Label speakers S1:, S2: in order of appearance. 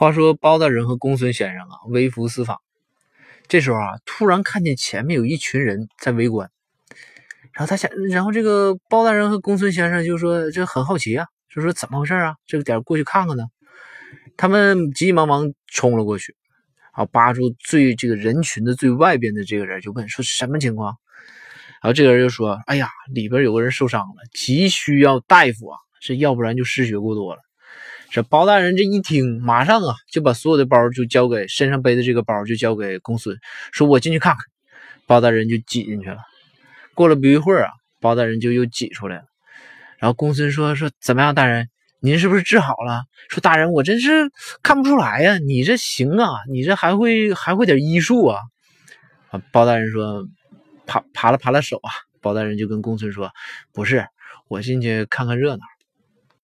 S1: 话说包大人和公孙先生微服私访，这时候突然看见前面有一群人在围观，然后这个包大人和公孙先生就说这很好奇就说怎么回事这个点过去看看呢。他们急急忙忙冲了过去，扒住这个人群的最外边的这个人就问说什么情况。然后这个人就说哎呀，里边有个人受伤了，急需要大夫这要不然就失血过多了。这包大人这一听，马上就把所有的包就交给身上背的这个包就交给公孙，说我进去看看。包大人就挤进去了。过了不一会儿包大人就又挤出来了。然后公孙说怎么样大人，您是不是治好了？说大人我真是看不出来你这行你这还会点医术包大人说爬了手包大人就跟公孙说不是，我进去看看热闹。